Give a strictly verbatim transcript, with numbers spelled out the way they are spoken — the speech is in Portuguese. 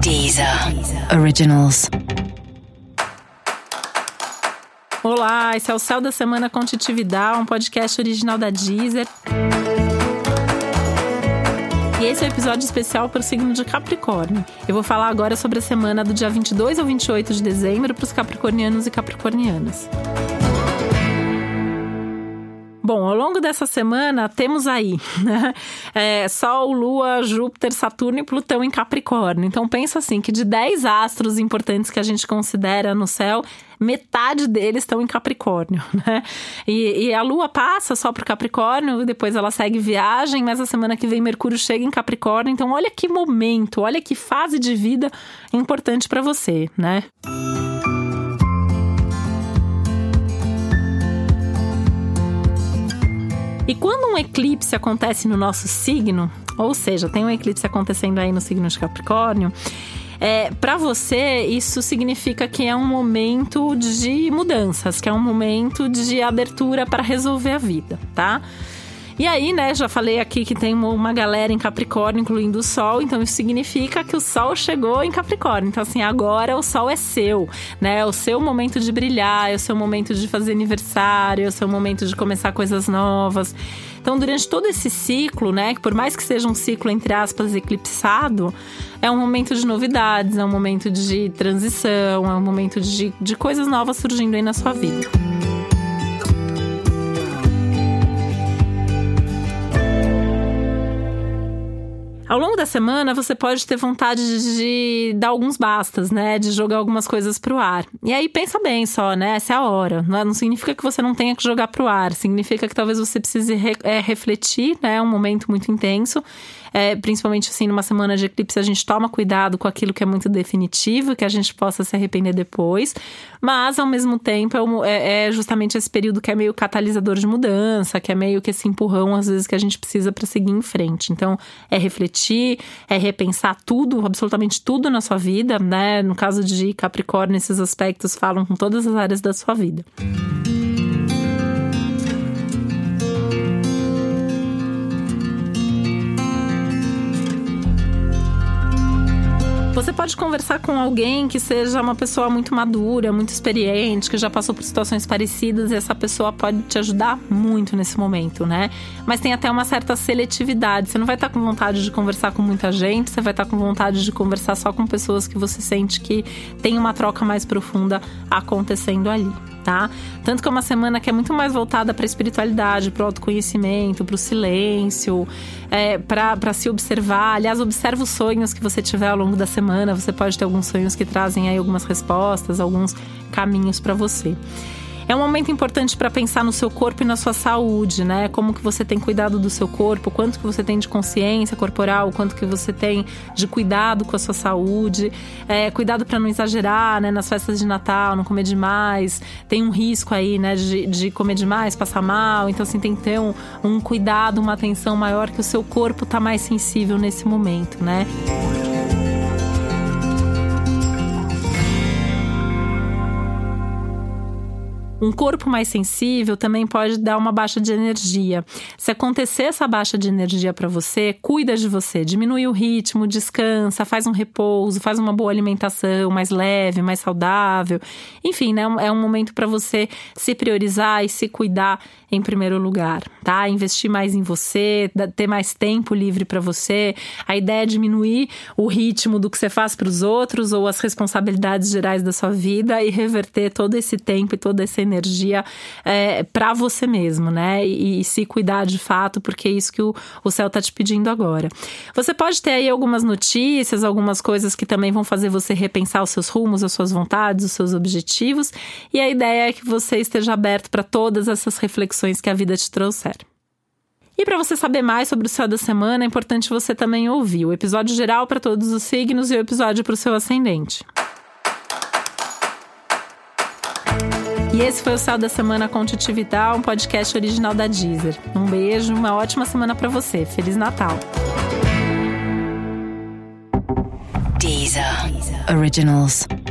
Deezer Originals. Olá, esse é o Céu da Semana com Titi Vidal, um podcast original da Deezer. E esse é o um episódio especial para o signo de Capricórnio. Eu vou falar agora sobre a semana do dia vinte e dois ao vinte e oito de dezembro para os capricornianos e capricornianas. Bom, ao longo dessa semana temos aí, né, é, Sol, Lua, Júpiter, Saturno e Plutão em Capricórnio. Então pensa assim, que de dez astros importantes que a gente considera no céu, metade deles estão em Capricórnio, né? E, e a Lua passa só para o Capricórnio, depois ela segue viagem, mas a semana que vem Mercúrio chega em Capricórnio. Então olha que momento, olha que fase de vida importante para você, né? E quando um eclipse acontece no nosso signo, ou seja, tem um eclipse acontecendo aí no signo de Capricórnio, é, para você isso significa que é um momento de mudanças, que é um momento de abertura para resolver a vida, tá? E aí, né, já falei aqui que tem uma galera em Capricórnio, incluindo o Sol, então isso significa que o Sol chegou em Capricórnio. Então, assim, agora o Sol é seu, né? É o seu momento de brilhar, é o seu momento de fazer aniversário, é o seu momento de começar coisas novas. Então, durante todo esse ciclo, né, que por mais que seja um ciclo, entre aspas, eclipsado, é um momento de novidades, é um momento de transição, é um momento de, de coisas novas surgindo aí na sua vida. Ao longo da semana, você pode ter vontade de dar alguns bastas, né? De jogar algumas coisas pro ar. E aí, pensa bem só, né? Essa é a hora. Não significa que você não tenha que jogar pro ar. Significa que talvez você precise re- é, refletir, né? É um momento muito intenso. É, principalmente, assim, numa semana de eclipse, a gente toma cuidado com aquilo que é muito definitivo, que a gente possa se arrepender depois. Mas, ao mesmo tempo, é, é justamente esse período que é meio catalisador de mudança, que é meio que esse empurrão, às vezes, que a gente precisa para seguir em frente. Então, é refletir, é repensar tudo, absolutamente tudo na sua vida, né? No caso de Capricórnio, esses aspectos falam com todas as áreas da sua vida. Você pode conversar com alguém que seja uma pessoa muito madura, muito experiente, que já passou por situações parecidas, e essa pessoa pode te ajudar muito nesse momento, né? Mas tem até uma certa seletividade. Você não vai estar com vontade de conversar com muita gente, você vai estar com vontade de conversar só com pessoas que você sente que tem uma troca mais profunda acontecendo ali, tá? Tanto que é uma semana que é muito mais voltada para a espiritualidade, para o autoconhecimento, para o silêncio, é, para se observar. Aliás, observa os sonhos que você tiver ao longo da semana. Você pode ter alguns sonhos que trazem aí algumas respostas, alguns caminhos para você. É um momento importante para pensar no seu corpo e na sua saúde, né? Como que você tem cuidado do seu corpo, quanto que você tem de consciência corporal, quanto que você tem de cuidado com a sua saúde. É, cuidado para não exagerar, né? Nas festas de Natal, não comer demais. Tem um risco aí, né? De, de comer demais, passar mal. Então, assim, tem que ter um, um cuidado, uma atenção maior, que o seu corpo tá mais sensível nesse momento, né? Um corpo mais sensível também pode dar uma baixa de energia. Se acontecer essa baixa de energia para você, cuida de você, diminui o ritmo, descansa, faz um repouso, faz uma boa alimentação, mais leve, mais saudável. Enfim, né, é um momento para você se priorizar e se cuidar em primeiro lugar, tá? Investir mais em você, ter mais tempo livre para você. A ideia é diminuir o ritmo do que você faz para os outros ou as responsabilidades gerais da sua vida e reverter todo esse tempo e toda essa energia é, para você mesmo, né? E, e se cuidar de fato, porque é isso que o, o céu tá te pedindo agora. Você pode ter aí algumas notícias, algumas coisas que também vão fazer você repensar os seus rumos, as suas vontades, os seus objetivos, e a ideia é que você esteja aberto para todas essas reflexões que a vida te trouxer. E para você saber mais sobre o céu da semana, é importante você também ouvir o episódio geral para todos os signos e o episódio para o seu ascendente. E esse foi o Céu da Semana com Titi Vidal, um podcast original da Deezer. Um beijo, uma ótima semana para você. Feliz Natal! Deezer Originals.